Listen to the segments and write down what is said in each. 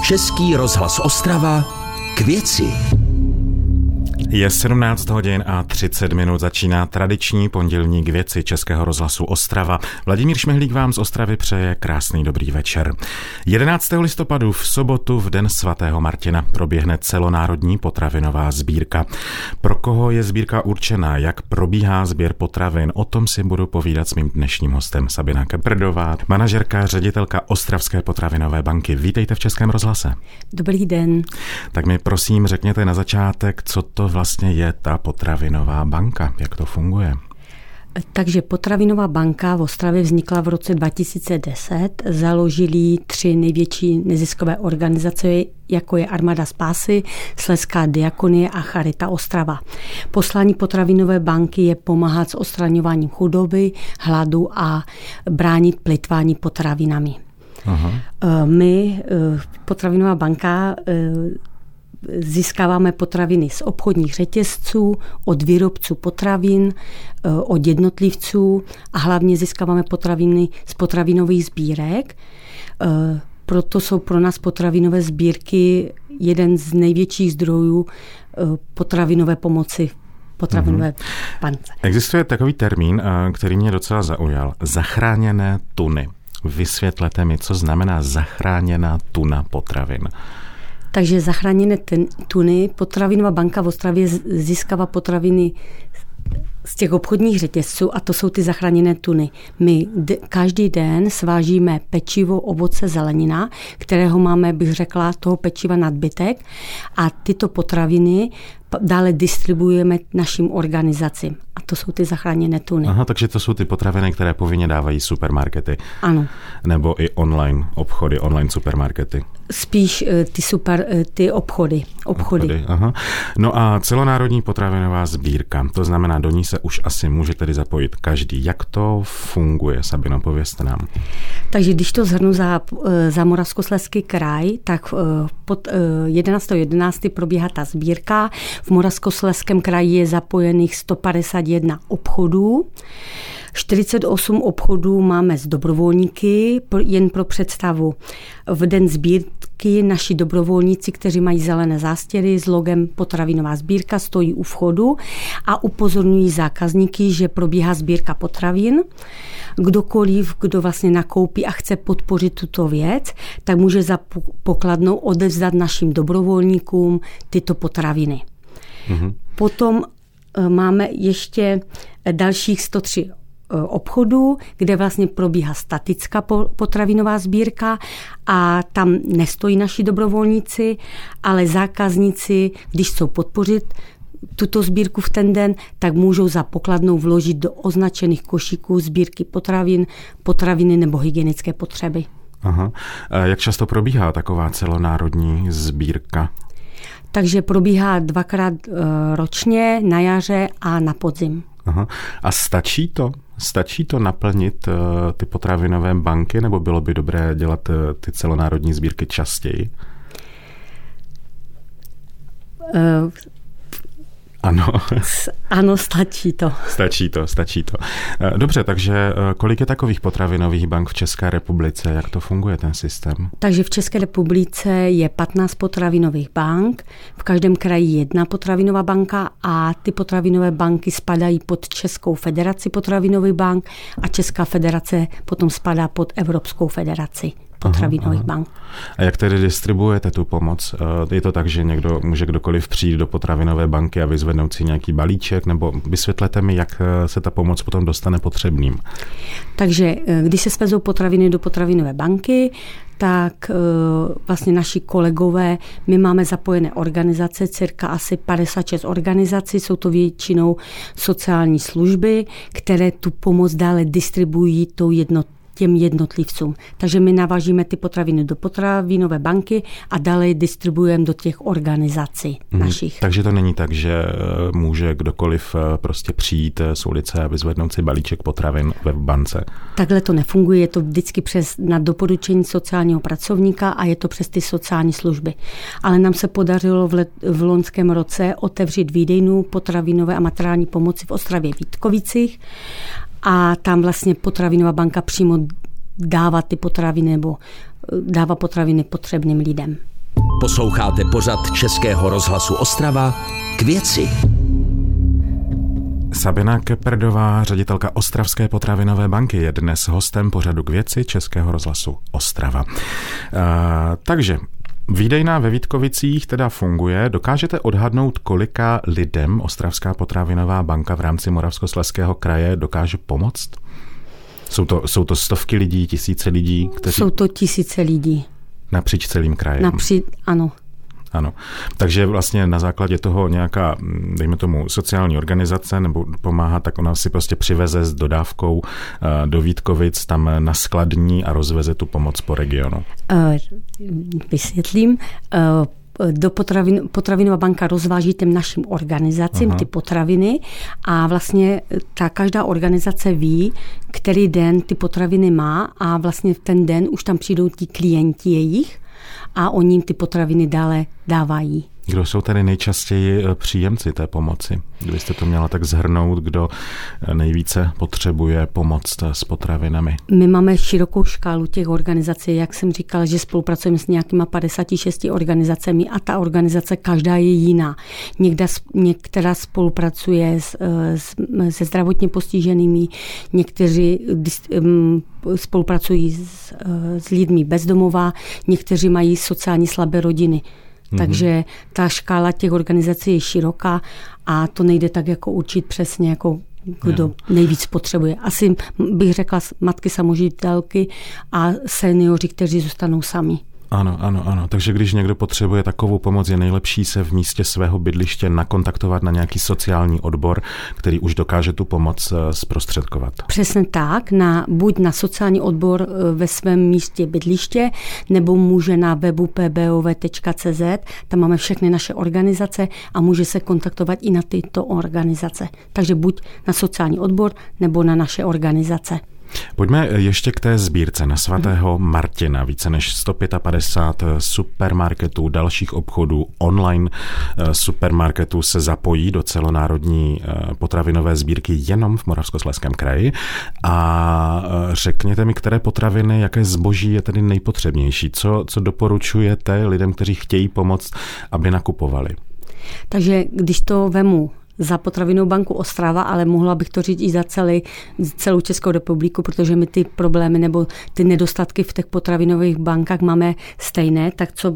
Český rozhlas Ostrava k věci. Je 17 hodin a 30 minut, začíná tradiční pondělní k věci Českého rozhlasu Ostrava. Vladimír Šmehlík vám z Ostravy přeje krásný dobrý večer. 11. listopadu v sobotu v den svatého Martina proběhne celonárodní potravinová sbírka. Pro koho je sbírka určená, jak probíhá sběr potravin, o tom si budu povídat s mým dnešním hostem Sabina Keprdová, manažerka, ředitelka Ostravské potravinové banky. Vítejte v Českém rozhlase. Dobrý den. Tak mi prosím řekněte na začátek, co to vlastně je ta potravinová banka, jak to funguje? Takže potravinová banka v Ostravě vznikla v roce 2010. Založili 3 největší neziskové organizace, jako je Armáda spásy, Slezská diakonie a Charita Ostrava. Poslání potravinové banky je pomáhat s odstraňováním chudoby, hladu a bránit plýtvání potravinami. Aha. My, potravinová banka, získáváme potraviny z obchodních řetězců, od výrobců potravin, od jednotlivců a hlavně získáváme potraviny z potravinových sbírek. Proto jsou pro nás potravinové sbírky jeden z největších zdrojů potravinové pomoci potravinové bance. Existuje takový termín, který mě docela zaujal. Zachráněné tuny. Vysvětlete mi, co znamená zachráněná tuna potravin. Takže zachráněné tuny, potravinová banka v Ostravě získává potraviny z těch obchodních řetězců a to jsou ty zachráněné tuny. My každý den svážíme pečivo, ovoce, zelenina, kterého máme, bych řekla, toho pečiva nadbytek a tyto potraviny dále distribuujeme našim organizacím. A to jsou ty zachráněné tuny. Aha, takže to jsou ty potraviny, které povinně dávají supermarkety. Ano. Nebo i online obchody, online supermarkety. Spíš ty obchody. Aha. No a celonárodní potravinová sbírka, to znamená, do ní se už asi může tedy zapojit každý. Jak to funguje, Sabino, povězte nám. Takže když to shrnu za Moravskoslezský kraj, tak pod 11.11. probíhá ta sbírka. V Moravskoslezském kraji je zapojených 151 obchodů. 48 obchodů máme s dobrovolníky, jen pro představu. V den sbírky naši dobrovolníci, kteří mají zelené zástěry s logem potravinová sbírka, stojí u vchodu a upozorňují zákazníky, že probíhá sbírka potravin. Kdokoliv, kdo vlastně nakoupí a chce podpořit tuto věc, tak může za pokladnou odevzdat našim dobrovolníkům tyto potraviny. Mhm. Potom máme ještě dalších 103 obchodů, kde vlastně probíhá statická potravinová sbírka a tam nestojí naši dobrovolníci, ale zákazníci, když chcou podpořit tuto sbírku v ten den, tak můžou za pokladnou vložit do označených košíků sbírky potraviny nebo hygienické potřeby. Aha. A jak často probíhá taková celonárodní sbírka? Takže probíhá 2krát ročně, na jaře a na podzim. Aha. A stačí to naplnit ty potravinové banky, nebo bylo by dobré dělat ty celonárodní sbírky častěji? Ano. Ano, stačí to. Stačí to. Dobře, takže kolik je takových potravinových bank v České republice? Jak to funguje, ten systém? Takže v České republice je 15 potravinových bank, v každém kraji 1 potravinová banka a ty potravinové banky spadají pod Českou federaci potravinových bank a Česká federace potom spadá pod Evropskou federaci potravinových bank. A jak tedy distribuujete tu pomoc? Je to tak, že může kdokoliv přijít do potravinové banky a vyzvednout si nějaký balíček, nebo vysvětlete mi, jak se ta pomoc potom dostane potřebným? Takže když se svezou potraviny do potravinové banky, tak vlastně naši kolegové, my máme zapojené organizace, cirka asi 56 organizací, jsou to většinou sociální služby, které tu pomoc dále distribuují těm jednotlivcům. Takže my navážíme ty potraviny do potravinové banky a dále distribuujeme do těch organizací našich. Takže to není tak, že může kdokoliv prostě přijít z ulice a vyzvednout si balíček potravin ve bance? Takhle to nefunguje, je to vždycky na doporučení sociálního pracovníka a je to přes ty sociální služby. Ale nám se podařilo v loňském roce otevřít výdejnu potravinové a materiální pomoci v Ostravě Vítkovicích a tam vlastně potravinová banka přímo dává ty potraviny nebo dává potraviny potřebným lidem. Posloucháte pořad Českého rozhlasu Ostrava K věci. Sabina Keperdová, ředitelka Ostravské potravinové banky, je dnes hostem pořadu K věci Českého rozhlasu Ostrava. Takže výdejna ve Vítkovicích teda funguje. Dokážete odhadnout, kolika lidem Ostravská potravinová banka v rámci Moravskoslezského kraje dokáže pomoct? Jsou to stovky lidí, tisíce lidí? Jsou to tisíce lidí. Napříč celým krajem? Ano. Ano. Takže vlastně na základě toho nějaká, dejme tomu, sociální organizace nebo pomáhá, tak ona si prostě přiveze s dodávkou do Vítkovic, tam naskladní a rozveze tu pomoc po regionu. Vysvětlím. Potravinová banka rozváží těm našim organizacím ty potraviny a vlastně každá organizace ví, který den ty potraviny má a vlastně v ten den už tam přijdou ti klienti jejich a oni jim ty potraviny dále dávají. Kdo jsou tady nejčastěji příjemci té pomoci? Kdybyste to měla tak shrnout, kdo nejvíce potřebuje pomoc s potravinami? My máme širokou škálu těch organizací, jak jsem říkala, že spolupracujeme s nějakýma 56 organizacemi a ta organizace každá je jiná. Některá spolupracuje se zdravotně postiženými, někteří spolupracují s lidmi bezdomová, někteří mají sociálně slabé rodiny. Takže ta škála těch organizací je široká a to nejde tak jako určit přesně, jako kdo nejvíc potřebuje. Asi bych řekla matky samoživitelky a seniori, kteří zůstanou sami. Ano. Takže když někdo potřebuje takovou pomoc, je nejlepší se v místě svého bydliště nakontaktovat na nějaký sociální odbor, který už dokáže tu pomoc zprostředkovat. Přesně tak, buď na sociální odbor ve svém místě bydliště, nebo může na webu pbov.cz, tam máme všechny naše organizace a může se kontaktovat i na tyto organizace. Takže buď na sociální odbor, nebo na naše organizace. Pojďme ještě k té sbírce na svatého Martina. Více než 155 supermarketů, dalších obchodů, online supermarketů se zapojí do celonárodní potravinové sbírky jenom v Moravskoslezském kraji. A řekněte mi, které potraviny, jaké zboží je tedy nejpotřebnější? Co doporučujete lidem, kteří chtějí pomoct, aby nakupovali? Takže když to vemu za potravinovou banku Ostrava, ale mohla bych to říct i za celou Českou republiku, protože my ty problémy nebo ty nedostatky v těch potravinových bankách máme stejné, tak co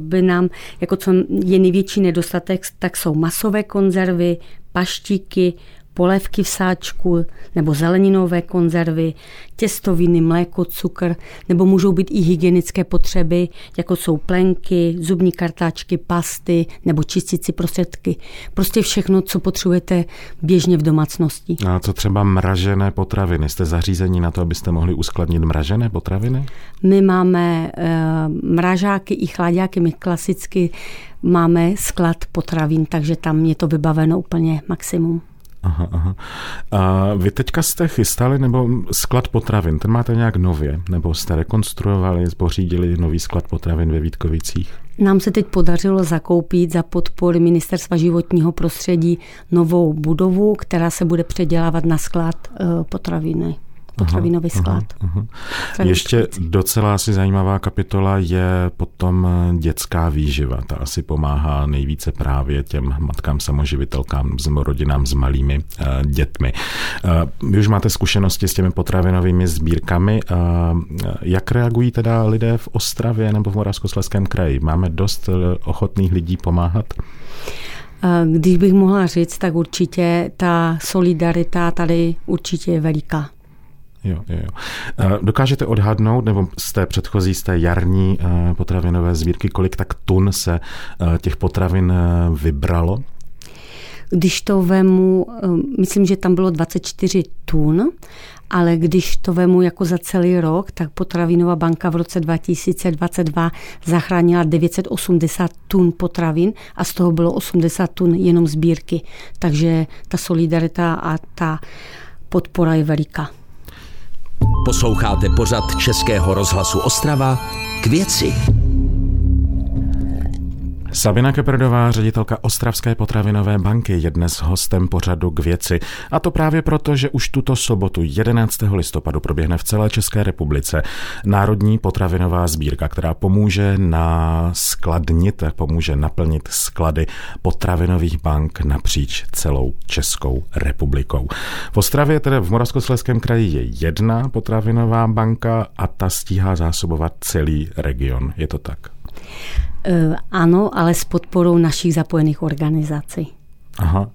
je největší nedostatek, tak jsou masové konzervy, paštíky, polévky v sáčku nebo zeleninové konzervy, těstoviny, mléko, cukr, nebo můžou být i hygienické potřeby, jako jsou plenky, zubní kartáčky, pasty nebo čistící prostředky. Prostě všechno, co potřebujete běžně v domácnosti. A co třeba mražené potraviny? Jste zařízení na to, abyste mohli uskladnit mražené potraviny? My máme mražáky i chladáky, my klasicky máme sklad potravin, takže tam je to vybaveno úplně maximum. Aha. A vy teďka jste chystali, nebo sklad potravin, ten máte nějak nově? Nebo jste rekonstruovali, pořídili nový sklad potravin ve Vítkovicích? Nám se teď podařilo zakoupit za podpory Ministerstva životního prostředí novou budovu, která se bude předělávat na sklad potravinový sklad. Ještě docela asi zajímavá kapitola je potom dětská výživa. Ta asi pomáhá nejvíce právě těm matkám samoživitelkám, rodinám s malými dětmi. Vy už máte zkušenosti s těmi potravinovými sbírkami. Jak reagují teda lidé v Ostravě nebo v Moravskoslezském kraji? Máme dost ochotných lidí pomáhat? Když bych mohla říct, tak určitě ta solidarita tady určitě je veliká. Jo. Dokážete odhadnout, nebo z té jarní potravinové sbírky, kolik tak tun se těch potravin vybralo? Když to vemu, myslím, že tam bylo 24 tun, ale když to vemu jako za celý rok, tak potravinová banka v roce 2022 zachránila 980 tun potravin a z toho bylo 80 tun jenom sbírky. Takže ta solidarita a ta podpora je veliká. Posloucháte pořad Českého rozhlasu Ostrava K věci. Sabina Keprdová, ředitelka Ostravské potravinové banky, je dnes hostem pořadu K věci. A to právě proto, že už tuto sobotu 11. listopadu proběhne v celé České republice Národní potravinová sbírka, která pomůže pomůže naplnit sklady potravinových bank napříč celou Českou republikou. V Ostravě, tedy v Moravskoslezském kraji, je jedna potravinová banka a ta stíhá zásobovat celý region. Je to tak? Ano, ale s podporou našich zapojených organizací. Aha.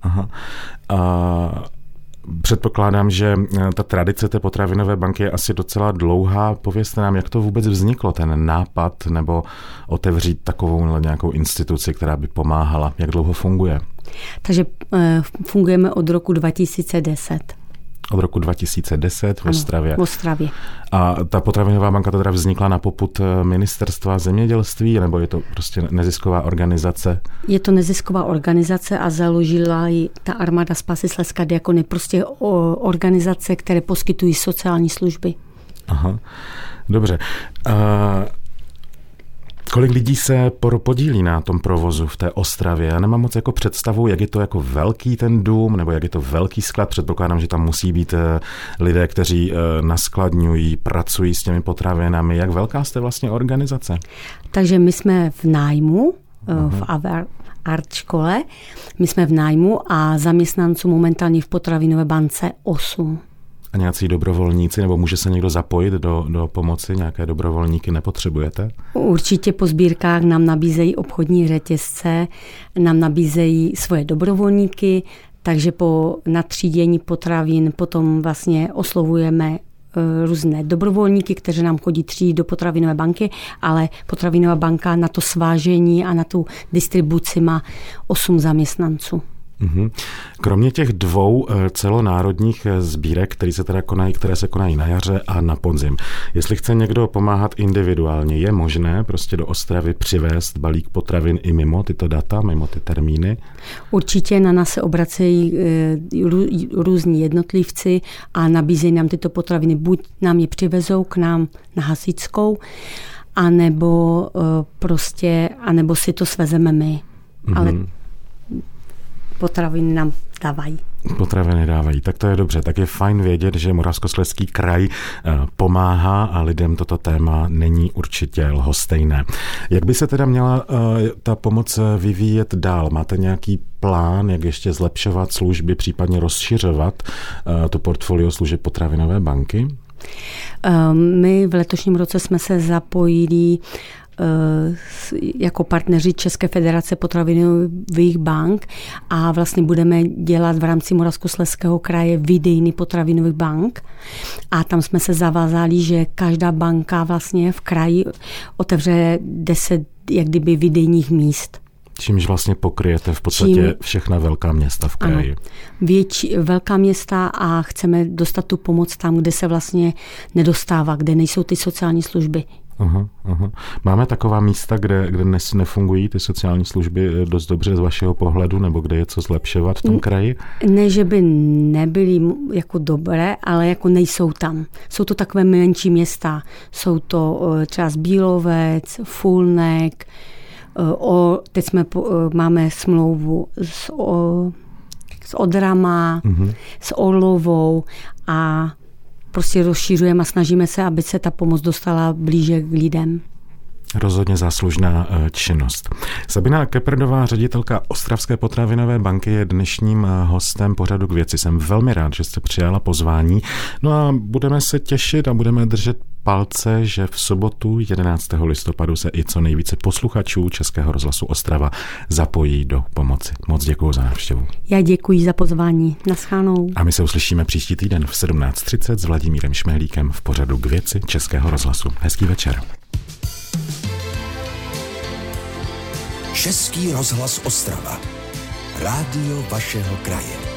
Předpokládám, že ta tradice té potravinové banky je asi docela dlouhá. Povězte nám, jak to vůbec vzniklo, ten nápad, nebo otevřít takovou nějakou instituci, která by pomáhala. Jak dlouho funguje? Takže fungujeme od roku 2010. Od roku 2010 v Ostravě. V Ostravě. A ta potravinová banka teda vznikla na popud Ministerstva zemědělství, nebo je to prostě nezisková organizace? Je to nezisková organizace a založila ji ta Armáda spásy Slezska Diakony, prostě organizace, které poskytují sociální služby. Aha, dobře. Kolik lidí se podílí na tom provozu v té Ostravě? Já nemám moc jako představu, jak je to jako velký ten dům, nebo jak je to velký sklad. Předpokládám, že tam musí být lidé, kteří naskladňují, pracují s těmi potravinami. Jak velká jste vlastně organizace? Takže my jsme v nájmu v Art škole. My jsme v nájmu a zaměstnanců momentálně v potravinové bance 8. A nějací dobrovolníci, nebo může se někdo zapojit do pomoci? Nějaké dobrovolníky nepotřebujete? Určitě po sbírkách nám nabízejí obchodní řetězce, nám nabízejí svoje dobrovolníky, takže na třídění potravin potom vlastně oslovujeme různé dobrovolníky, kteří nám chodí třídit do potravinové banky, ale potravinová banka na to svážení a na tu distribuci má 8 zaměstnanců. Kromě těch 2 celonárodních sbírek, které se konají na jaře a na podzim, jestli chce někdo pomáhat individuálně, je možné prostě do Ostravy přivést balík potravin i mimo tyto data, mimo ty termíny? Určitě na nás se obracejí různí jednotlivci a nabízejí nám tyto potraviny. Buď nám je přivezou k nám na Hasickou, anebo si to svezeme my. Ale potraviny nám dávají. Potraviny dávají, tak to je dobře. Tak je fajn vědět, že Moravskoslezský kraj pomáhá a lidem toto téma není určitě lhostejné. Jak by se teda měla ta pomoc vyvíjet dál? Máte nějaký plán, jak ještě zlepšovat služby, případně rozšiřovat to portfolio služeb potravinové banky? My v letošním roce jsme se zapojili jako partneři České federace potravinových bank a vlastně budeme dělat v rámci Moravskoslezského kraje výdejny potravinových bank a tam jsme se zavázali, že každá banka vlastně v kraji otevře 10 jak kdyby výdejních míst. Čímž vlastně pokryjete v podstatě všechna velká města v kraji. Ano, velká města a chceme dostat tu pomoc tam, kde se vlastně nedostává, kde nejsou ty sociální služby. Aha. Máme taková místa, kde dnes nefungují ty sociální služby dost dobře z vašeho pohledu, nebo kde je co zlepšovat v tom kraji? Ne, že by nebyly jako dobré, ale jako nejsou tam. Jsou to takové menší města. Jsou to třeba Bílovec, Fulnek, teď máme smlouvu s Odrama, s Orlovou a prostě rozšiřujeme a snažíme se, aby se ta pomoc dostala blíže k lidem. Rozhodně záslužná činnost. Sabina Keprdová, ředitelka Ostravské potravinové banky, je dnešním hostem pořadu K věci. Jsem velmi rád, že jste přijala pozvání. No a budeme se těšit a budeme držet palce, že v sobotu 11. listopadu se i co nejvíce posluchačů Českého rozhlasu Ostrava zapojí do pomoci. Moc děkuji za návštěvu. Já děkuji za pozvání. Naschledanou. A my se uslyšíme příští týden v 17:30 s Vladimírem Šmehlíkem v pořadu K věci Českého rozhlasu. Hezký večer. Český rozhlas Ostrava. Rádio vašeho kraje.